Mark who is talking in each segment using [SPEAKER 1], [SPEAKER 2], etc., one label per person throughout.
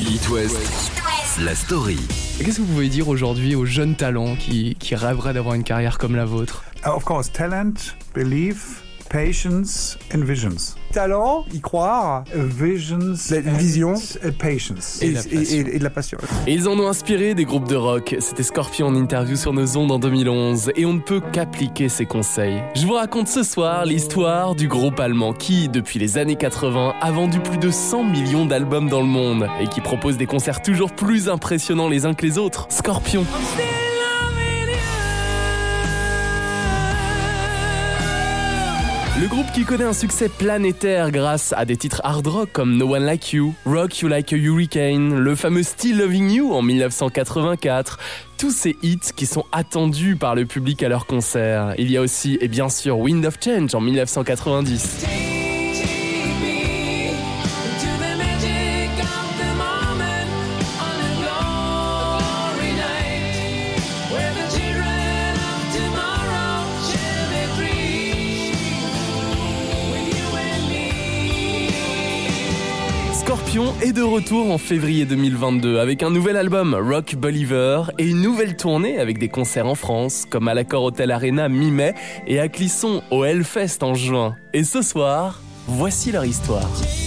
[SPEAKER 1] It West, la story.
[SPEAKER 2] Qu'est-ce que vous pouvez dire aujourd'hui aux jeunes talents qui rêveraient d'avoir une carrière comme la vôtre?
[SPEAKER 3] Of course, talent, belief, patience and visions.
[SPEAKER 4] Talent, y croire,
[SPEAKER 3] Visions,
[SPEAKER 4] une vision
[SPEAKER 3] and patience.
[SPEAKER 2] Et la passion.
[SPEAKER 4] et de la passion.
[SPEAKER 2] Et ils en ont inspiré des groupes de rock. C'était Scorpions en interview sur nos ondes en 2011. Et on ne peut qu'appliquer ses conseils. Je vous raconte ce soir l'histoire du groupe allemand qui, depuis les années 80, a vendu plus de 100 millions d'albums dans le monde et qui propose des concerts toujours plus impressionnants les uns que les autres. Scorpions. Le groupe qui connaît un succès planétaire grâce à des titres hard rock comme No One Like You, Rock You Like a Hurricane, le fameux Still Loving You en 1984, tous ces hits qui sont attendus par le public à leurs concerts. Il y a aussi, et bien sûr, Wind of Change en 1990. Scorpions est de retour en février 2022 avec un nouvel album, Rock Believer, et une nouvelle tournée avec des concerts en France, comme à l'Accor Hotel Arena mi-mai et à Clisson au Hellfest en juin. Et ce soir, voici leur histoire.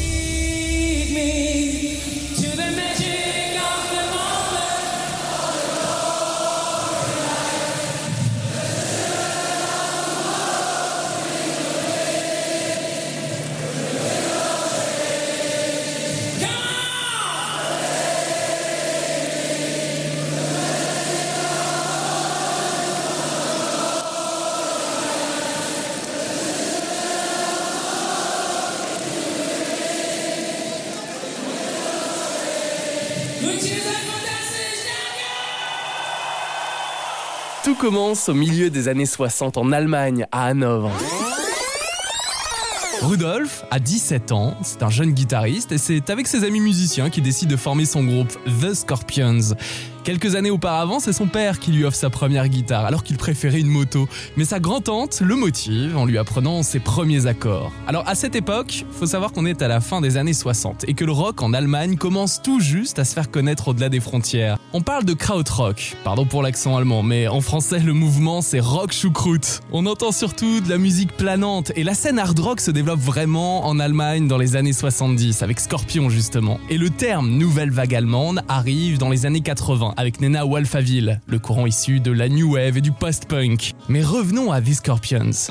[SPEAKER 2] Tout commence au milieu des années 60 en Allemagne, à Hanovre.
[SPEAKER 5] Rudolf a 17 ans, c'est un jeune guitariste et c'est avec ses amis musiciens qu'il décide de former son groupe The Scorpions. Quelques années auparavant, c'est son père qui lui offre sa première guitare alors qu'il préférait une moto. Mais sa grand-tante le motive en lui apprenant ses premiers accords. Alors à cette époque, faut savoir qu'on est à la fin des années 60 et que le rock en Allemagne commence tout juste à se faire connaître au-delà des frontières. On parle de krautrock, pardon pour l'accent allemand, mais en français le mouvement c'est rock choucroute. On entend surtout de la musique planante et la scène hard rock se développe vraiment en Allemagne dans les années 70 avec Scorpions justement. Et le terme nouvelle vague allemande arrive dans les années 80 avec Nena Walfaville, le courant issu de la new wave et du post-punk. Mais revenons à The Scorpions.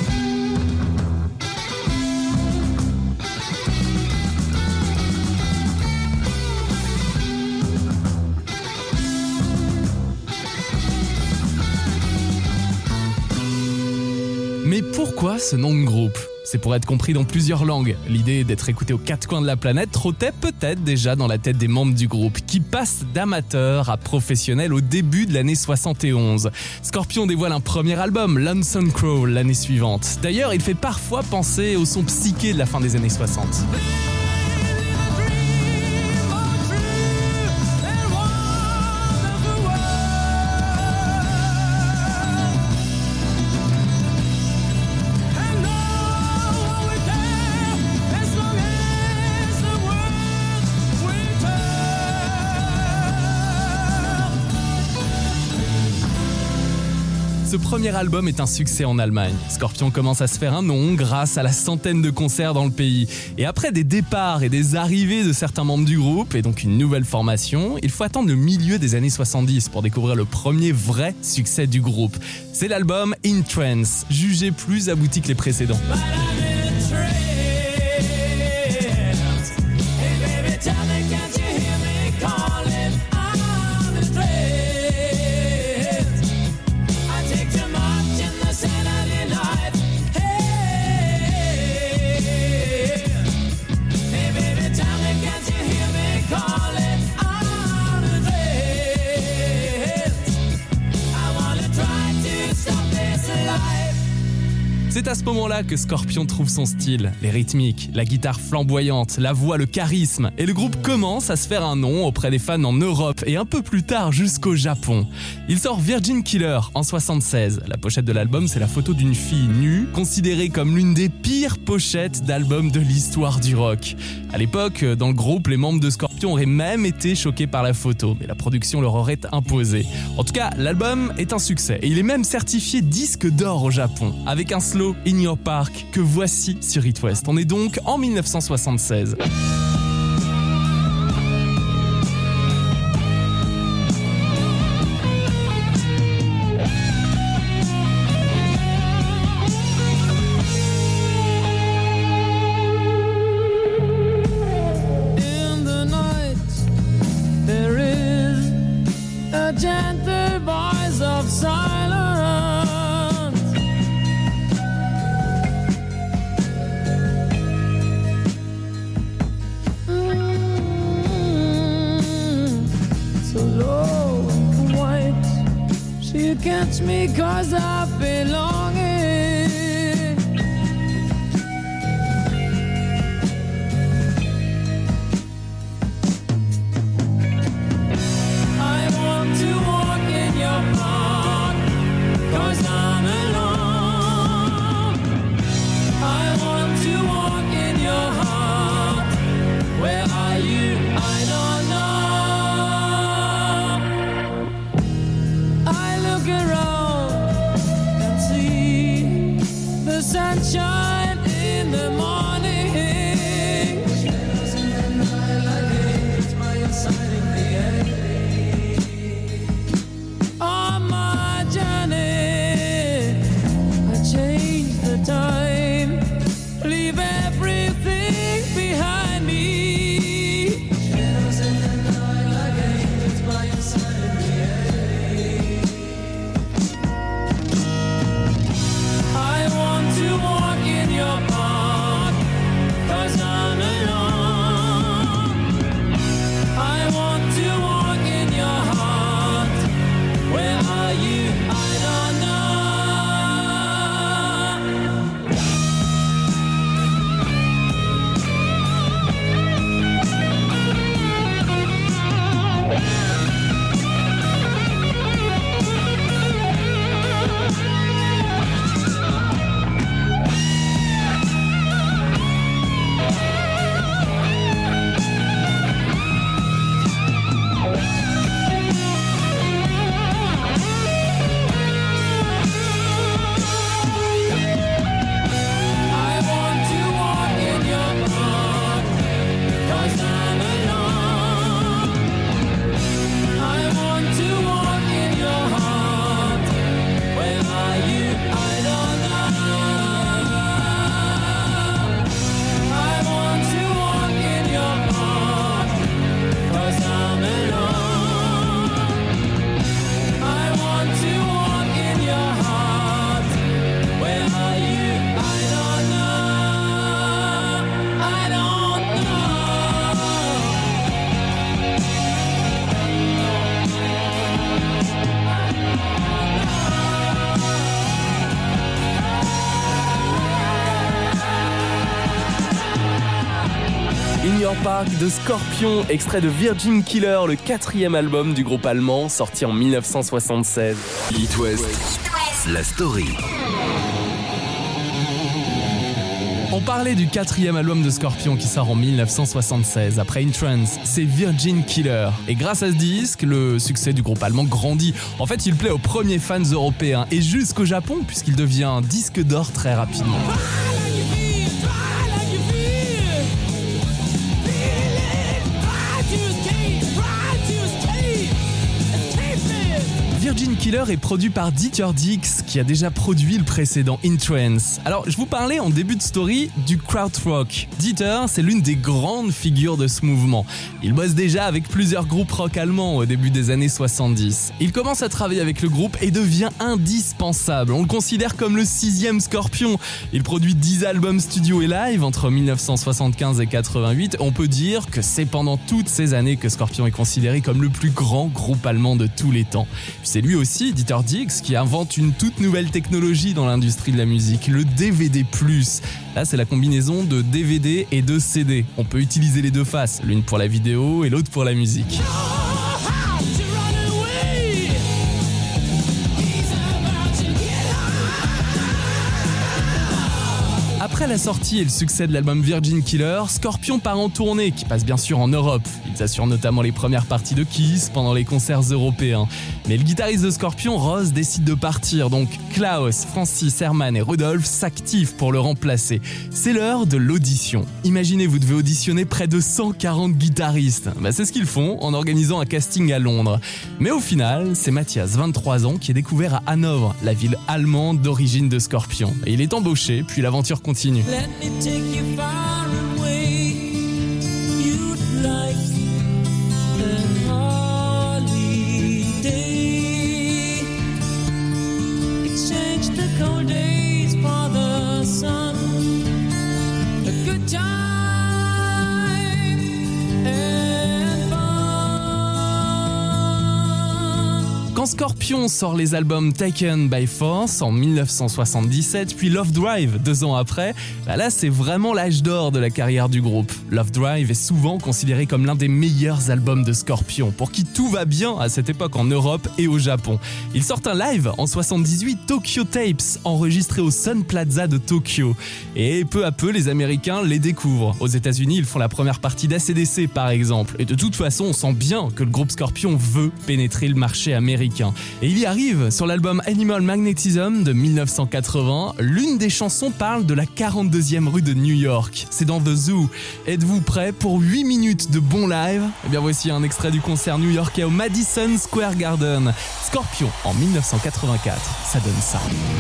[SPEAKER 5] Mais pourquoi ce nom de groupe ? C'est pour être compris dans plusieurs langues. L'idée d'être écouté aux quatre coins de la planète trottait peut-être déjà dans la tête des membres du groupe, qui passent d'amateurs à professionnels au début de l'année 71. Scorpions dévoile un premier album, Lonesome Crow, l'année suivante. D'ailleurs, il fait parfois penser au son psyché de la fin des années 60. Ce premier album est un succès en Allemagne. Scorpions commence à se faire un nom grâce à la centaine de concerts dans le pays. Et après des départs et des arrivées de certains membres du groupe, et donc une nouvelle formation, il faut attendre le milieu des années 70 pour découvrir le premier vrai succès du groupe. C'est l'album In Trance, jugé plus abouti que les précédents. C'est à ce moment-là que Scorpions trouve son style, les rythmiques, la guitare flamboyante, la voix, le charisme, et le groupe commence à se faire un nom auprès des fans en Europe et un peu plus tard jusqu'au Japon. Il sort Virgin Killer en 76. La pochette de l'album, c'est la photo d'une fille nue, considérée comme l'une des pires pochettes d'albums de l'histoire du rock. À l'époque, dans le groupe, les membres de Scorpions auraient même été choqués par la photo, mais la production leur aurait imposé. En tout cas, l'album est un succès et il est même certifié disque d'or au Japon, avec un slow In Your Park que voici sur It West. On est donc en 1976.
[SPEAKER 6] Gentle voice of silence. So low and white, she'll catch me 'cause I belong here. I want to walk in your park, 'cause I'm alone. I want to walk in your heart. Where are you? I don't know. I look around and see the sunshine in the morning. Shadows in the night like angels by your side in the air. On my journey, I change the time, leave everything behind me. Shadows in the night like angels by your side in the air. I want to walk in your park, 'cause I'm alone. I want to walk in your heart. Where are you? I don't know. I want to walk in your park, 'cause I'm alone. I want to walk in your heart. Where are you? I don't know. I want to walk in your park, 'cause I'm alone. I want to walk in your heart. Where are you? I don't know. I don't know.
[SPEAKER 2] In Your Park de Scorpions, extrait de Virgin Killer, le 4e album du groupe allemand, sorti en 1976.
[SPEAKER 1] It West, la story.
[SPEAKER 5] On parlait du 4e album de Scorpions qui sort en 1976. Après In Trance, c'est Virgin Killer. Et grâce à ce disque, le succès du groupe allemand grandit. En fait, il plaît aux premiers fans européens et jusqu'au Japon, puisqu'il devient un disque d'or très rapidement. Virgin Killer est produit par Dieter Dix, qui a déjà produit le précédent In Trance. Alors, je vous parlais en début de story du krautrock. Dieter, c'est l'une des grandes figures de ce mouvement. Il bosse déjà avec plusieurs groupes rock allemands au début des années 70. Il commence à travailler avec le groupe et devient indispensable. On le considère comme le 6e Scorpion. Il produit 10 albums studio et live entre 1975 et 88. On peut dire que c'est pendant toutes ces années que Scorpion est considéré comme le plus grand groupe allemand de tous les temps. C'est lui aussi aussi Dieter Dix qui invente une toute nouvelle technologie dans l'industrie de la musique, le DVD+. Là, c'est la combinaison de DVD et de CD. On peut utiliser les deux faces, l'une pour la vidéo et l'autre pour la musique. Après la sortie et le succès de l'album Virgin Killer, Scorpions part en tournée, qui passe bien sûr en Europe. Ils assurent notamment les premières parties de Kiss pendant les concerts européens. Mais le guitariste de Scorpions, Ross, décide de partir, donc Klaus, Francis, Herman et Rudolf s'activent pour le remplacer. C'est l'heure de l'audition. Imaginez, vous devez auditionner près de 140 guitaristes. C'est ce qu'ils font en organisant un casting à Londres. Mais au final, c'est Mathias, 23 ans, qui est découvert à Hanovre, la ville allemande d'origine de Scorpions. Et il est embauché, puis l'aventure continue.
[SPEAKER 6] Let me take you far away. You'd like a holiday. Exchange the cold days for the sun. A good time and fun.
[SPEAKER 5] Quand Scorpions sort les albums Taken by Force en 1977, puis Love Drive 2 ans après, là c'est vraiment l'âge d'or de la carrière du groupe. Love Drive est souvent considéré comme l'un des meilleurs albums de Scorpions, pour qui tout va bien à cette époque en Europe et au Japon. Ils sortent un live en 78, Tokyo Tapes, enregistré au Sun Plaza de Tokyo. Et peu à peu, les Américains les découvrent. Aux États-Unis, ils font la première partie d'ACDC par exemple. Et de toute façon, on sent bien que le groupe Scorpions veut pénétrer le marché américain. Et il y arrive sur l'album Animal Magnetism de 1980. L'une des chansons parle de la 42e rue de New York. C'est dans The Zoo. Êtes-vous prêts pour 8 minutes de bon live ? Eh bien voici un extrait du concert new-yorkais au Madison Square Garden. Scorpions en 1984. Ça donne ça.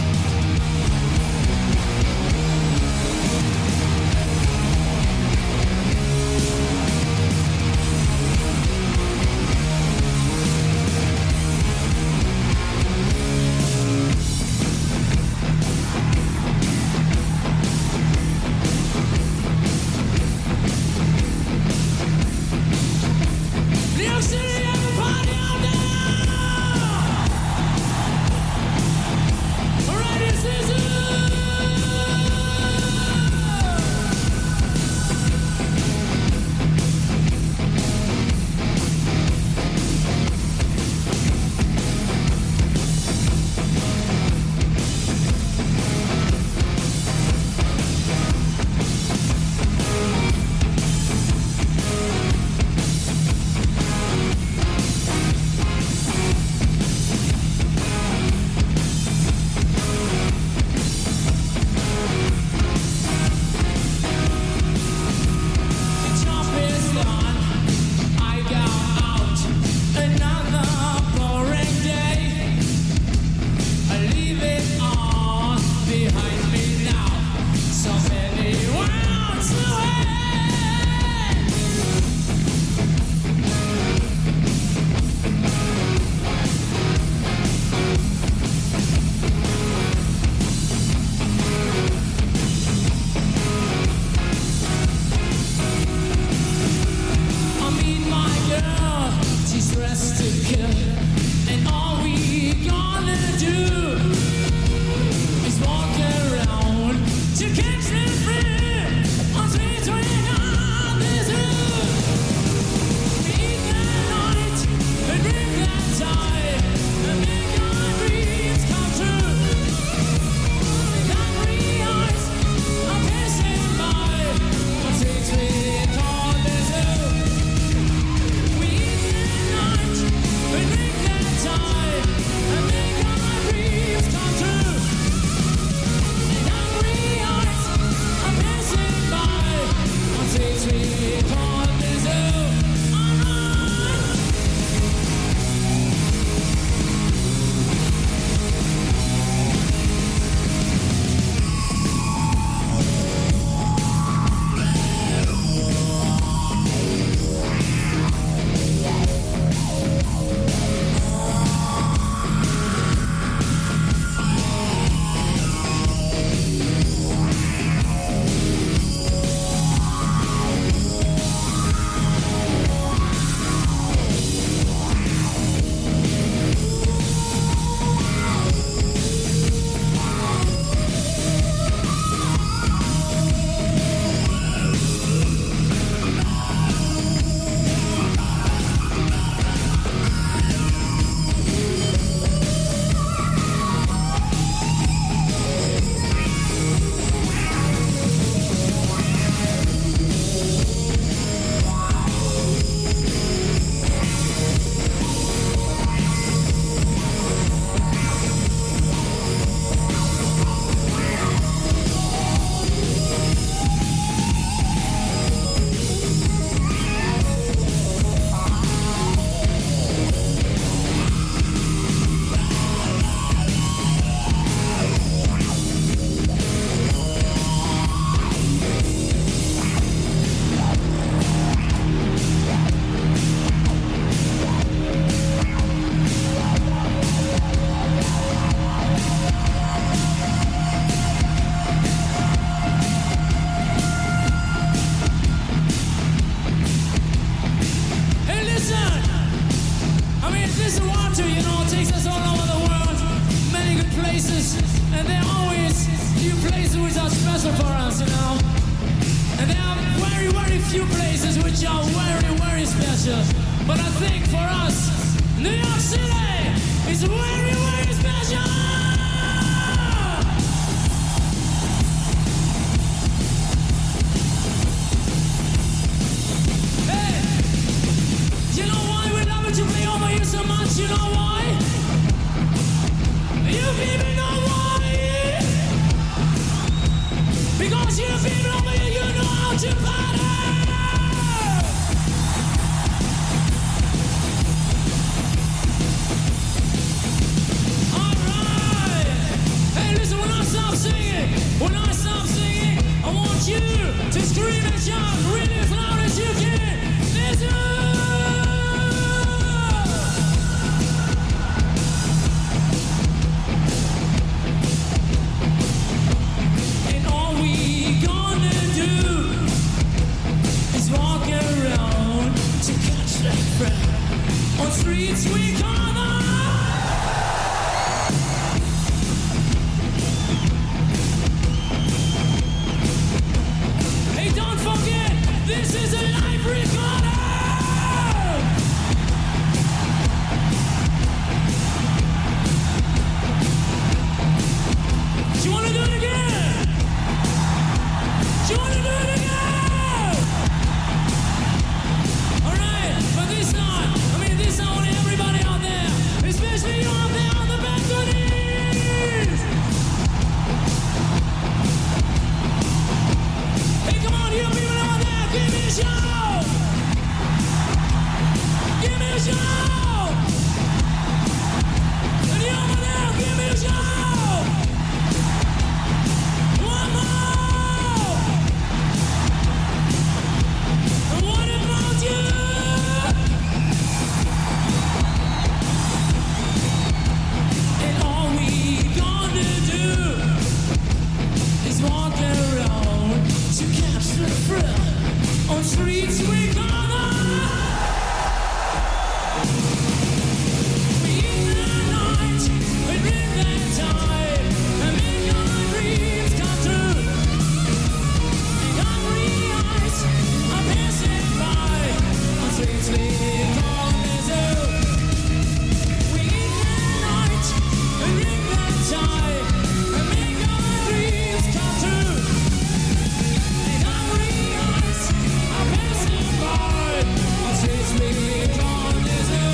[SPEAKER 6] New York City, everybody out there! Ready mean, this water, you know, takes us all over the world, many good places, and there are always few places which are special for us, you know. And there are very, very few places which are very, very special. But I think for us, New York City is very, very special. Hey, you know why we love it to play over here so much? You know why? You people know why? Because you people over here, you know how to party. When I stop singing, I want you to scream and shout really as loud as you can. Listen! And all we gonna do is walk around to catch that breath on streets we corner. This is a live recorder! Do you wanna do it again? Do you wanna do it again? Alright, but this time, this time I want everybody out there, especially you out there on the balconies! Hey, come on, you people out there! Give me a show! Give me a show! And you over there, give me a show! One more! And what about you? And all we gonna do is walk around to catch the thrill on streets we corner. We eat that night, we drink that time, and make our dreams come true. And hungry eyes are passing by on streets we call the zoo. We eat that night, we drink that time, and make our dreams come true. And hungry eyes are passing by on streets we call the zoo.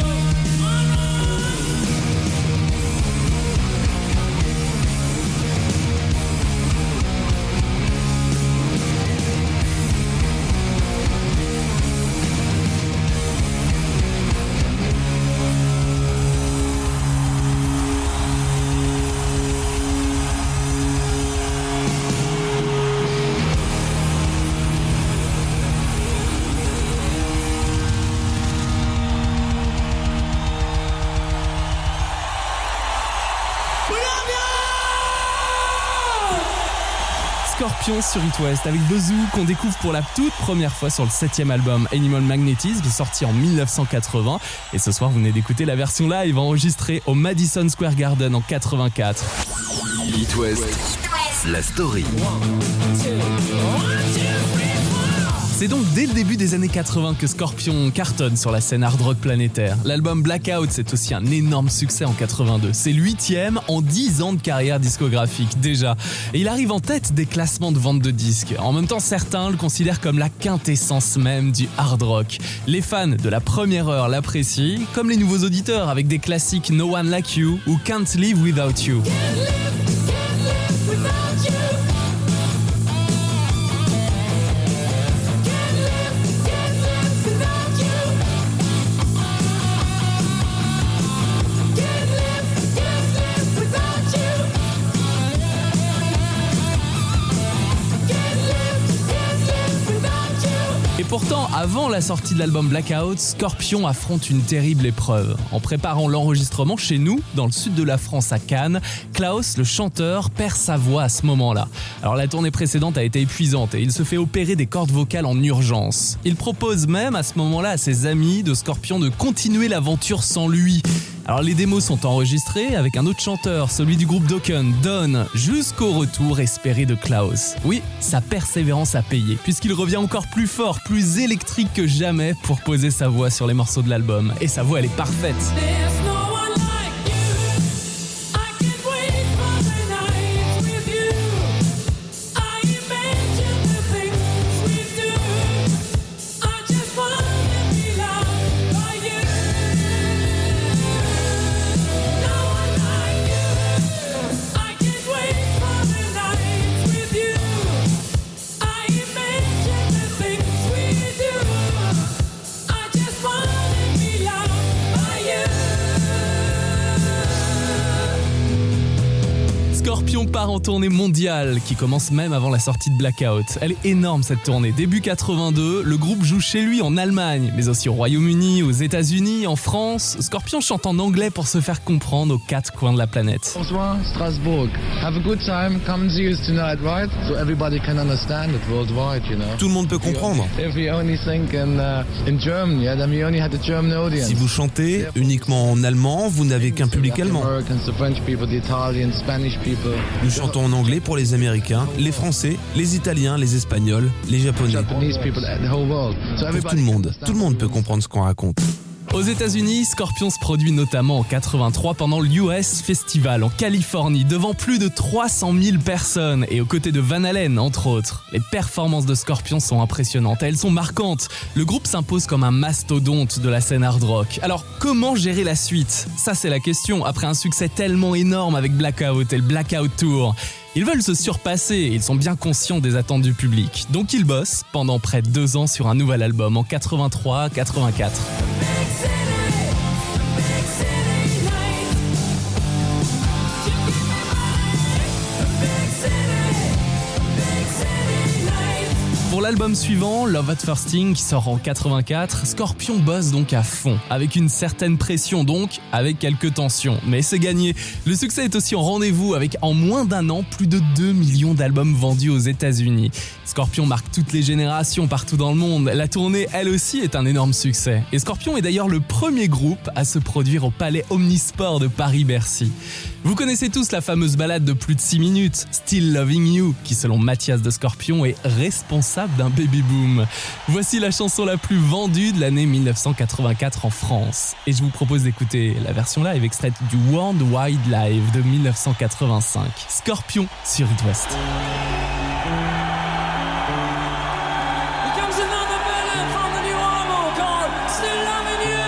[SPEAKER 5] Scorpions sur It West avec Bozu qu'on découvre pour la toute première fois sur le 7e album Animal Magnetism sorti en 1980 et ce soir vous venez d'écouter la version live enregistrée au Madison Square Garden en 84.
[SPEAKER 1] It West, la story.
[SPEAKER 5] C'est donc dès le début des années 80 que Scorpions cartonne sur la scène hard rock planétaire. L'album Blackout, c'est aussi un énorme succès en 82. C'est le 8e en 10 ans de carrière discographique déjà. Et il arrive en tête des classements de vente de disques. En même temps, certains le considèrent comme la quintessence même du hard rock. Les fans de la première heure l'apprécient, comme les nouveaux auditeurs avec des classiques No One Like You ou Can't Live Without You. Pourtant, Avant la sortie de l'album Blackout, Scorpions affronte une terrible épreuve. En préparant l'enregistrement chez nous, dans le sud de la France à Cannes, Klaus, le chanteur, perd sa voix à ce moment-là. Alors la tournée précédente a été épuisante et il se fait opérer des cordes vocales en urgence. Il propose même à ce moment-là à ses amis de Scorpions de continuer l'aventure sans lui. Alors les démos sont enregistrées avec un autre chanteur, celui du groupe Dokken, Don, jusqu'au retour espéré de Klaus. Oui, sa persévérance a payé, puisqu'il revient encore plus fort, plus électrique que jamais pour poser sa voix sur les morceaux de l'album. Et sa voix, elle est parfaite.
[SPEAKER 6] There's no one like you. I can't wait for the night with you. I imagine the things we do. I just wanna be loved by you. No one like you. I can't wait for the night with you. I imagine the things we do. I just wanna be loved by you.
[SPEAKER 5] Scorpions part en tournée mondiale, qui commence même avant la sortie de Blackout. Elle est énorme cette tournée. Début 82, le groupe joue chez lui en Allemagne, mais aussi au Royaume-Uni, aux États-Unis, en France. Scorpions chante en anglais pour se faire comprendre aux quatre coins de la planète.
[SPEAKER 7] Bonsoir, Strasbourg. Have a good time. Come and see us tonight, right? So everybody can understand it worldwide, you know.
[SPEAKER 8] Tout le monde peut comprendre.
[SPEAKER 7] If we only sing in German, yeah, then we only had the German audience.
[SPEAKER 8] Si vous chantez uniquement en allemand, vous n'avez qu'un public allemand.
[SPEAKER 7] Americans, the French people, the Italians, Spanish people.
[SPEAKER 8] Nous chantons en anglais pour les Américains, les Français, les Italiens, les Espagnols, les Japonais.
[SPEAKER 7] Japanese people, the whole world. So
[SPEAKER 8] Pour
[SPEAKER 7] everybody
[SPEAKER 8] tout le
[SPEAKER 7] can
[SPEAKER 8] monde.
[SPEAKER 7] understand.
[SPEAKER 8] Tout le monde peut comprendre ce qu'on raconte.
[SPEAKER 5] Aux États-Unis, Scorpions se produit notamment en 83 pendant l'US Festival en Californie, devant plus de 300 000 personnes et aux côtés de Van Halen, entre autres. Les performances de Scorpions sont impressionnantes et elles sont marquantes. Le groupe s'impose comme un mastodonte de la scène hard rock. Alors, comment gérer la suite ? Ça, c'est la question, après un succès tellement énorme avec Blackout et le Blackout Tour. Ils veulent se surpasser et ils sont bien conscients des attentes du public. Donc ils bossent pendant près de 2 ans sur un nouvel album en 83-84.
[SPEAKER 6] Big city night. You give me money. Big city night.
[SPEAKER 5] Pour l'album suivant, Love at First Sting, qui sort en 84, Scorpions bosse donc à fond, avec une certaine pression donc, avec quelques tensions. Mais c'est gagné. Le succès est aussi en rendez-vous avec, en moins d'un an, plus de 2 millions d'albums vendus aux États-Unis. Scorpions marque toutes les générations partout dans le monde. La tournée, elle aussi, est un énorme succès. Et Scorpions est d'ailleurs le premier groupe à se produire au Palais Omnisport de Paris-Bercy. Vous connaissez tous la fameuse ballade de plus de 6 minutes, Still Loving You, qui selon Mathias de Scorpions est responsable d'un baby-boom. Voici la chanson la plus vendue de l'année 1984 en France. Et je vous propose d'écouter la version live extraite du World Wide Live de 1985. Scorpions sur It West.
[SPEAKER 6] Here comes another ballad from the new album called Still Loving You.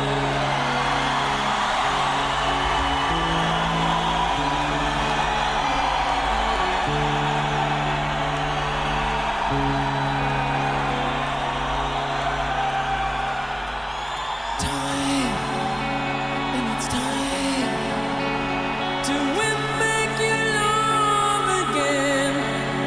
[SPEAKER 6] Time, and it's time to make you love again.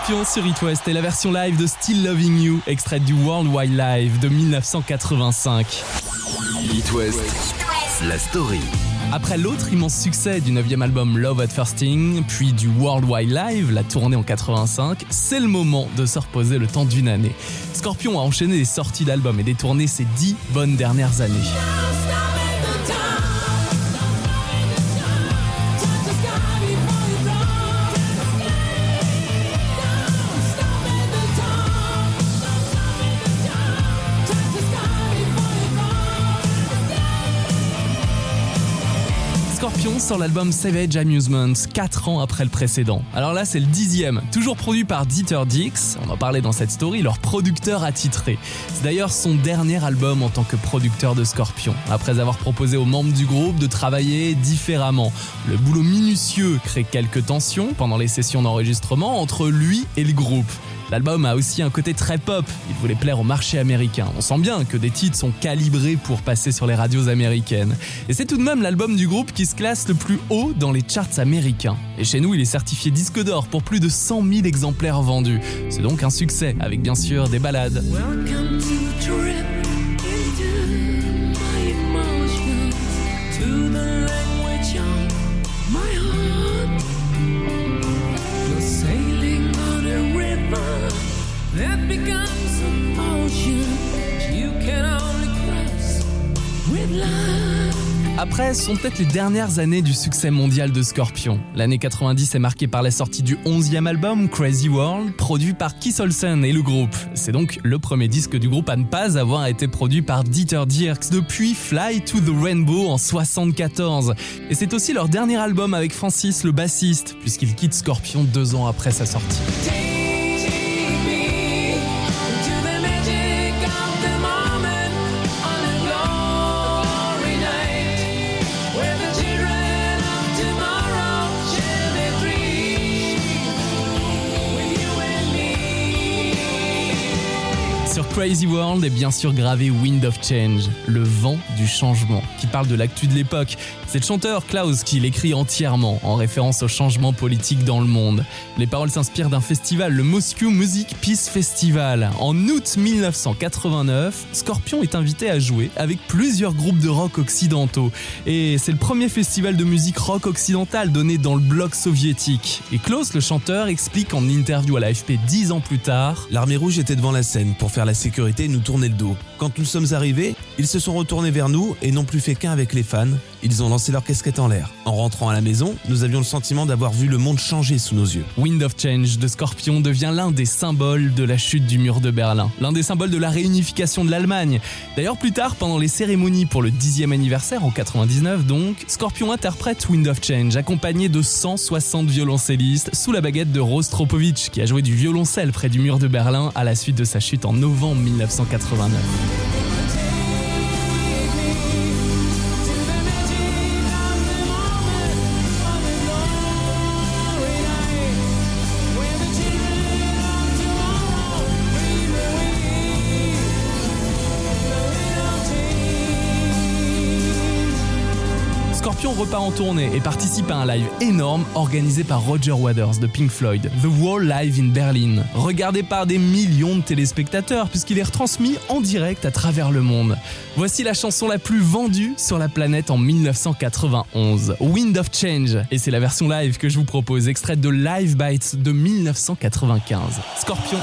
[SPEAKER 5] Scorpions sur It West et la version live de Still Loving You, extraite du Worldwide Live de 1985.
[SPEAKER 1] It West, la story.
[SPEAKER 5] Après l'autre immense succès du 9e album Love at First Sting, puis du Worldwide Live, la tournée en 85, c'est le moment de se reposer le temps d'une année. Scorpion a enchaîné des sorties d'albums et des tournées ces 10 bonnes dernières années. Scorpion sort l'album Savage Amusement 4 ans après le précédent. Alors là c'est le 10e, toujours produit par Dieter Dierks, on en parlait dans cette story, leur producteur attitré. C'est d'ailleurs son dernier album en tant que producteur de Scorpion, après avoir proposé aux membres du groupe de travailler différemment. Le boulot minutieux crée quelques tensions pendant les sessions d'enregistrement entre lui et le groupe. L'album a aussi un côté très pop, il voulait plaire au marché américain. On sent bien que des titres sont calibrés pour passer sur les radios américaines. Et c'est tout de même l'album du groupe qui se classe le plus haut dans les charts américains. Et chez nous, il est certifié disque d'or pour plus de 100 000 exemplaires vendus. C'est donc un succès, avec bien sûr des ballades.
[SPEAKER 6] Welcome to the trip into my emotions, to the language of my heart. You're sailing on a river that becomes an ocean you can only cross with love.
[SPEAKER 5] Après, ce sont peut-être les dernières années du succès mondial de Scorpion. L'année 90 est marquée par la sortie du 11e album, Crazy World, produit par Keith Olsen et le groupe. C'est donc le premier disque du groupe à ne pas avoir été produit par Dieter Dierks depuis Fly to the Rainbow en 74. Et c'est aussi leur dernier album avec Francis, le bassiste, puisqu'il quitte Scorpion 2 ans après sa sortie. Sur Crazy World est bien sûr gravé Wind of Change, le vent du changement, qui parle de l'actu de l'époque. C'est le chanteur Klaus qui l'écrit entièrement, en référence au changement politique dans le monde. Les paroles s'inspirent d'un festival, le Moscow Music Peace Festival. En août 1989, Scorpion est invité à jouer avec plusieurs groupes de rock occidentaux. Et c'est le premier festival de musique rock occidentale donné dans le bloc soviétique. Et Klaus, le chanteur, explique en interview à l'AFP 10 ans plus tard:
[SPEAKER 8] L'armée rouge était devant la scène pour faire la sécurité et nous tourner le dos. Quand nous sommes arrivés, ils se sont retournés vers nous et n'ont plus fait qu'un avec les fans. Ils ont lancé leur casquette en l'air. En rentrant à la maison, nous avions le sentiment d'avoir vu le monde changer sous nos yeux.
[SPEAKER 5] Wind of Change de Scorpion devient l'un des symboles de la chute du mur de Berlin, l'un des symboles de la réunification de l'Allemagne. D'ailleurs, plus tard, pendant les cérémonies pour le 10e anniversaire, en 99 donc, Scorpion interprète Wind of Change, accompagné de 160 violoncellistes, sous la baguette de Rostropovich, qui a joué du violoncelle près du mur de Berlin à la suite de sa chute en novembre 1989. Scorpion repart en tournée et participe à un live énorme organisé par Roger Waters de Pink Floyd, The Wall Live in Berlin, regardé par des millions de téléspectateurs puisqu'il est retransmis en direct à travers le monde. Voici la chanson la plus vendue sur la planète en 1991, Wind of Change, et c'est la version live que je vous propose, extraite de Live Bites de 1995. Scorpion.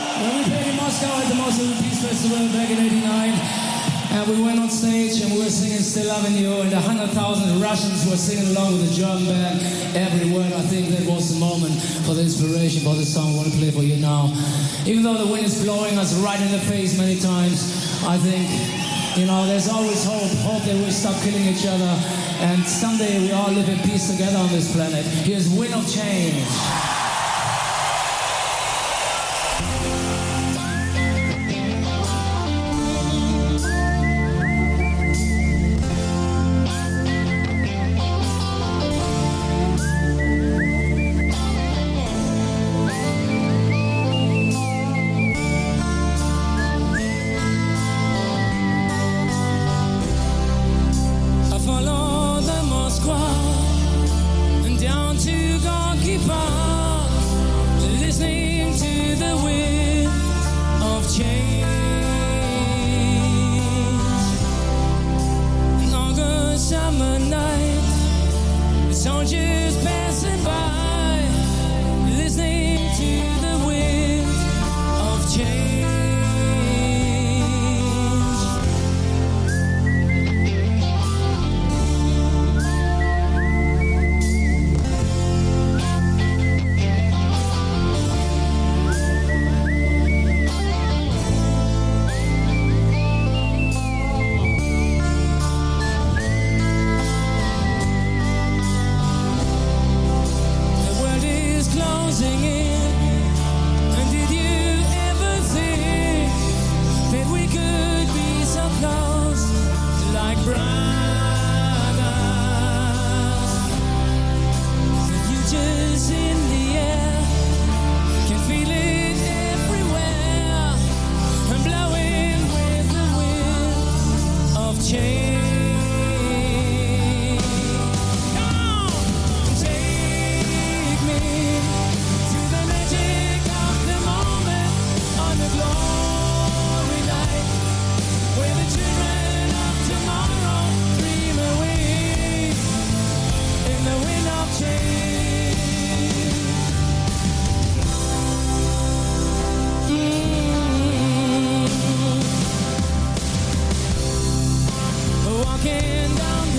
[SPEAKER 9] And we went on stage and we were singing Still Loving You, and 100,000 Russians were singing along with the German band. Every word, I think that was the moment for the inspiration for this song I want to play for you now. Even though the wind is blowing us right in the face many times, I think, there's always hope that we'll stop killing each other, and someday we all live in peace together on this planet. Here's Wind of Change. Down to Gorky Park.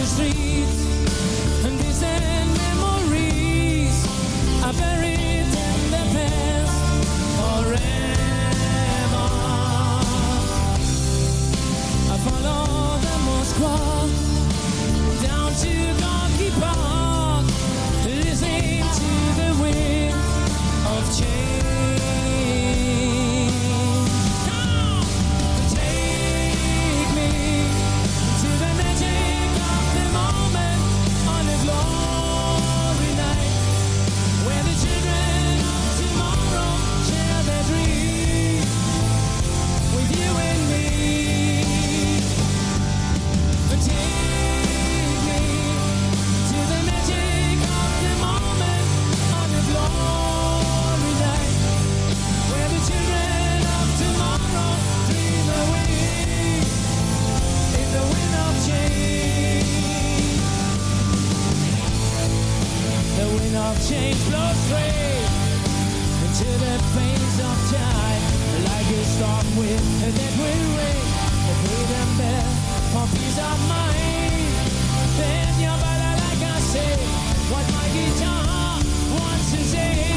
[SPEAKER 9] streets and distant memories are buried in the past forever. I follow the Moskva down to Gorky Park, listening to the wind of change. Take me to the magic of the moment on a glory night, where the children of tomorrow share their dreams with you and me. Take me to the magic of the moment on a glory night, where the children of tomorrow dream away in the wind of change. The wind of change blows straight into the face of time, like a storm wind that will rain for freedom there, for peace of mind. Then your body, like I say, what my guitar wants to say.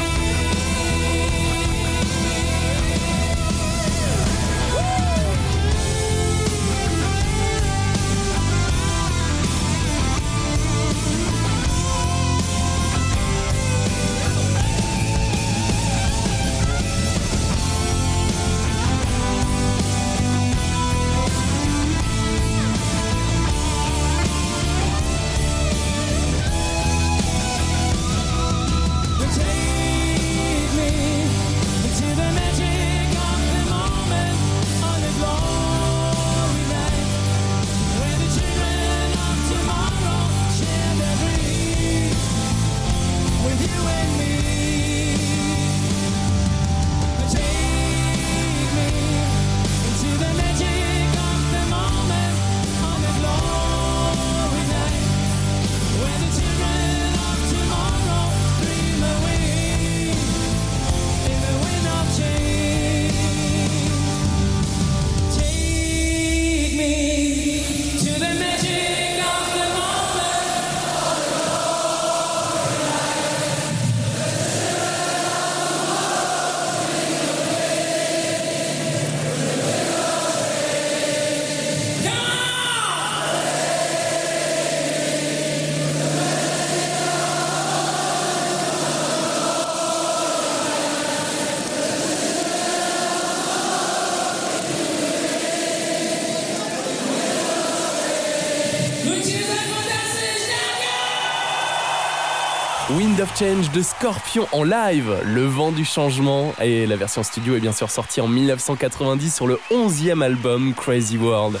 [SPEAKER 2] Wind of Change de Scorpions en live, le vent du changement, et la version studio est bien sûr sortie en 1990 sur le 11e album Crazy World.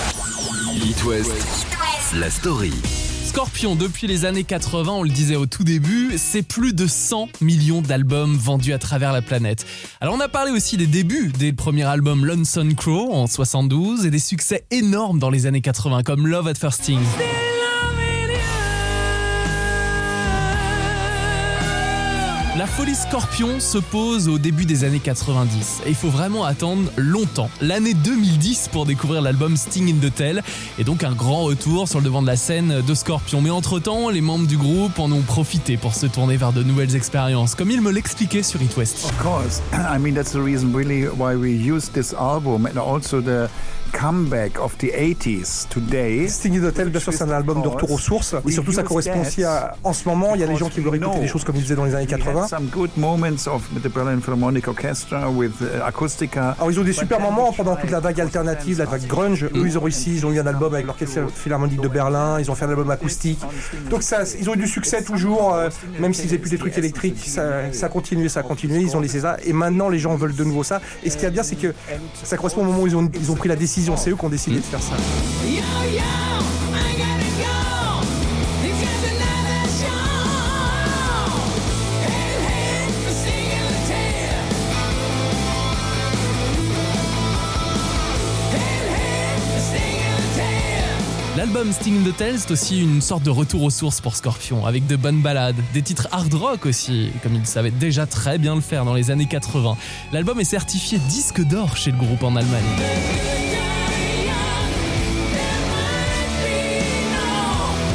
[SPEAKER 1] It West, la story.
[SPEAKER 5] Scorpions, depuis les années 80, on le disait au tout début, c'est plus de 100 millions d'albums vendus à travers la planète. Alors on a parlé aussi des débuts des premiers albums Lonesome Crow en 72 et des succès énormes dans les années 80 comme Love at First Sting. La folie Scorpion se pose au début des années 90 et il faut vraiment attendre longtemps, l'année 2010 pour découvrir l'album Sting in the Tail et donc un grand retour sur le devant de la scène de Scorpion. Mais entre-temps, les membres du groupe en ont profité pour se tourner vers de nouvelles expériences, comme il me l'expliquait sur It West.
[SPEAKER 3] Of course, I mean that's the reason really why we use this album and also the comeback of the 80s today.
[SPEAKER 4] Sting in the Tail, bien sûr, c'est un album de retour aux sources. Et surtout, ça correspond aussi à... En ce moment, il y a des gens qui veulent écouter des choses comme ils faisaient dans les années 80.
[SPEAKER 3] Some good moments of the Berlin Philharmonic Orchestra with Acoustica.
[SPEAKER 4] Alors, ils ont des super moments pendant toute la vague alternative, la vague grunge. Eux, ils ont réussi, ils ont eu un album avec l'Orchestre Philharmonique de Berlin, ils ont fait un album acoustique. Donc, ça, ils ont eu du succès toujours, même s'ils faisaient plus des trucs électriques, ça continuait, ils ont laissé ça. Et maintenant, les gens veulent de nouveau ça. Et ce qui est bien, c'est que ça correspond au moment où ils ont pris la décision. C'est eux qui ont décidé de faire ça.
[SPEAKER 5] L'album Sting in the Tail, c'est aussi une sorte de retour aux sources pour Scorpions, avec de bonnes ballades, des titres hard rock aussi, comme ils savaient déjà très bien le faire dans les années 80. L'album est certifié disque d'or chez le groupe en Allemagne.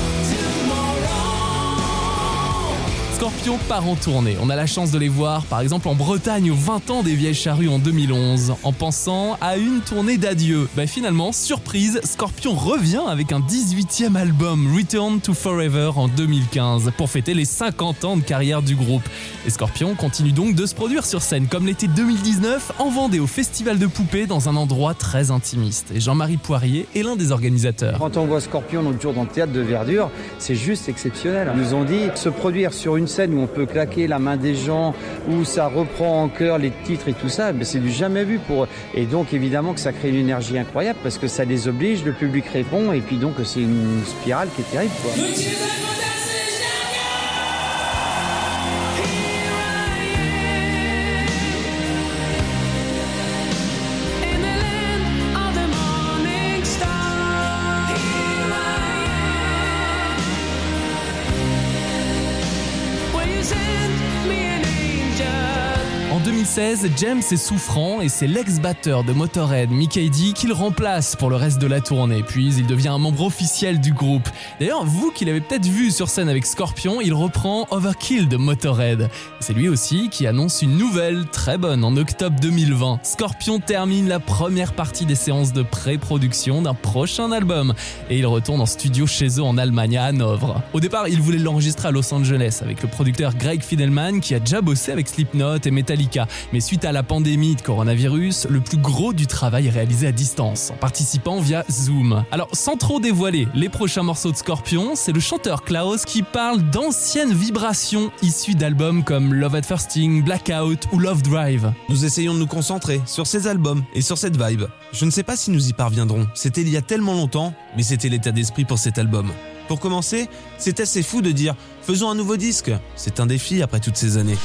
[SPEAKER 5] Scorpions part en tournée. On a la chance de les voir, par exemple en Bretagne aux 20 ans des Vieilles Charrues en 2011, en pensant à une tournée d'adieu. Finalement, surprise, Scorpions revient avec un 18e album, Return to Forever en 2015, pour fêter les 50 ans de carrière du groupe. Et Scorpions continue donc de se produire sur scène, comme l'été 2019, en Vendée au Festival de Poupées, dans un endroit très intimiste. Et Jean-Marie Poirier est l'un des organisateurs.
[SPEAKER 10] Quand on voit Scorpions l'autre jour dans le théâtre de Verdure, c'est juste exceptionnel. Ils nous ont dit, se produire sur une scène où on peut claquer la main des gens, où ça reprend en chœur les titres et tout ça, c'est du jamais vu pour eux. Et donc évidemment que ça crée une énergie incroyable parce que ça les oblige, le public répond et puis donc c'est une spirale qui est terrible, quoi.
[SPEAKER 5] En 2016, James est souffrant et c'est l'ex-batteur de Motorhead, Mikkey Dee, qu'il remplace pour le reste de la tournée. Puis il devient un membre officiel du groupe. D'ailleurs, vous qui l'avez peut-être vu sur scène avec Scorpions, il reprend Overkill de Motorhead. C'est lui aussi qui annonce une nouvelle très bonne en octobre 2020. Scorpions termine la première partie des séances de pré-production d'un prochain album et il retourne en studio chez eux en Allemagne, à Hanovre. Au départ, il voulait l'enregistrer à Los Angeles avec le producteur Greg Fidelman qui a déjà bossé avec Slipknot et Metallica. Mais suite à la pandémie de coronavirus, le plus gros du travail est réalisé à distance, en participant via Zoom. Alors, sans trop dévoiler les prochains morceaux de Scorpions, c'est le chanteur Klaus qui parle d'anciennes vibrations issues d'albums comme Love at First Sting, Blackout ou Love Drive.
[SPEAKER 8] Nous essayons de nous concentrer sur ces albums et sur cette vibe. Je ne sais pas si nous y parviendrons, c'était il y a tellement longtemps, mais c'était l'état d'esprit pour cet album. Pour commencer, c'est assez fou de dire « faisons un nouveau disque ». C'est un défi après toutes ces années.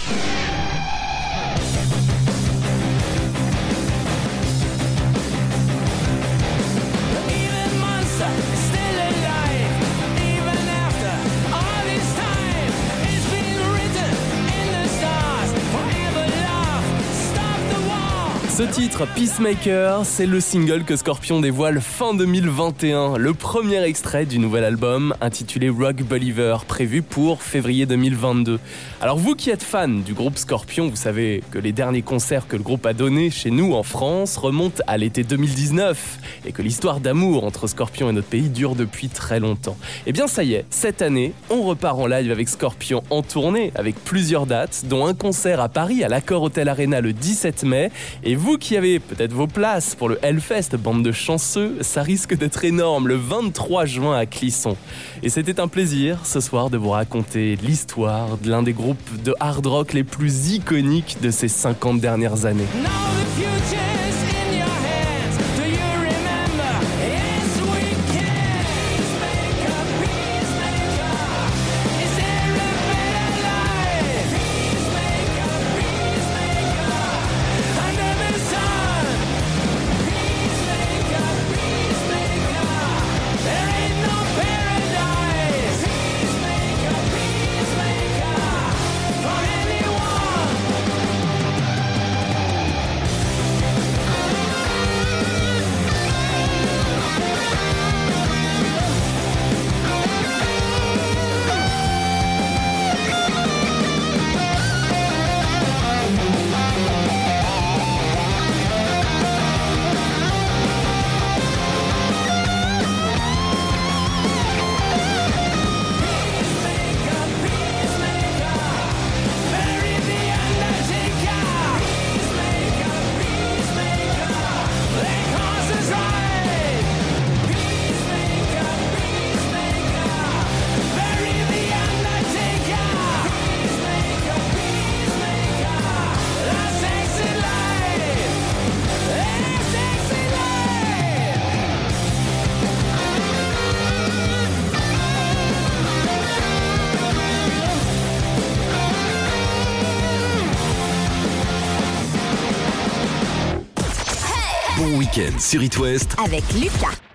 [SPEAKER 2] Ce titre, Peacemaker, c'est le single que Scorpions dévoile fin 2021, le premier extrait du nouvel album intitulé Rock Believer, prévu pour février 2022. Alors vous qui êtes fan du groupe Scorpions, vous savez que les derniers concerts que le groupe a donnés chez nous en France remontent à l'été 2019 et que l'histoire d'amour entre Scorpions et notre pays dure depuis très longtemps. Et bien ça y est, cette année, on repart en live avec Scorpions en tournée avec plusieurs dates, dont un concert à Paris à l'Accor Hotel Arena le 17 mai. Et vous qui avez peut-être vos places pour le Hellfest, bande de chanceux, ça risque d'être énorme le 23 juin à Clisson. Et c'était un plaisir ce soir de vous raconter l'histoire de l'un des groupes de hard rock les plus iconiques de ces 50 dernières années.
[SPEAKER 1] Bon week-end sur It West
[SPEAKER 11] avec Lucas.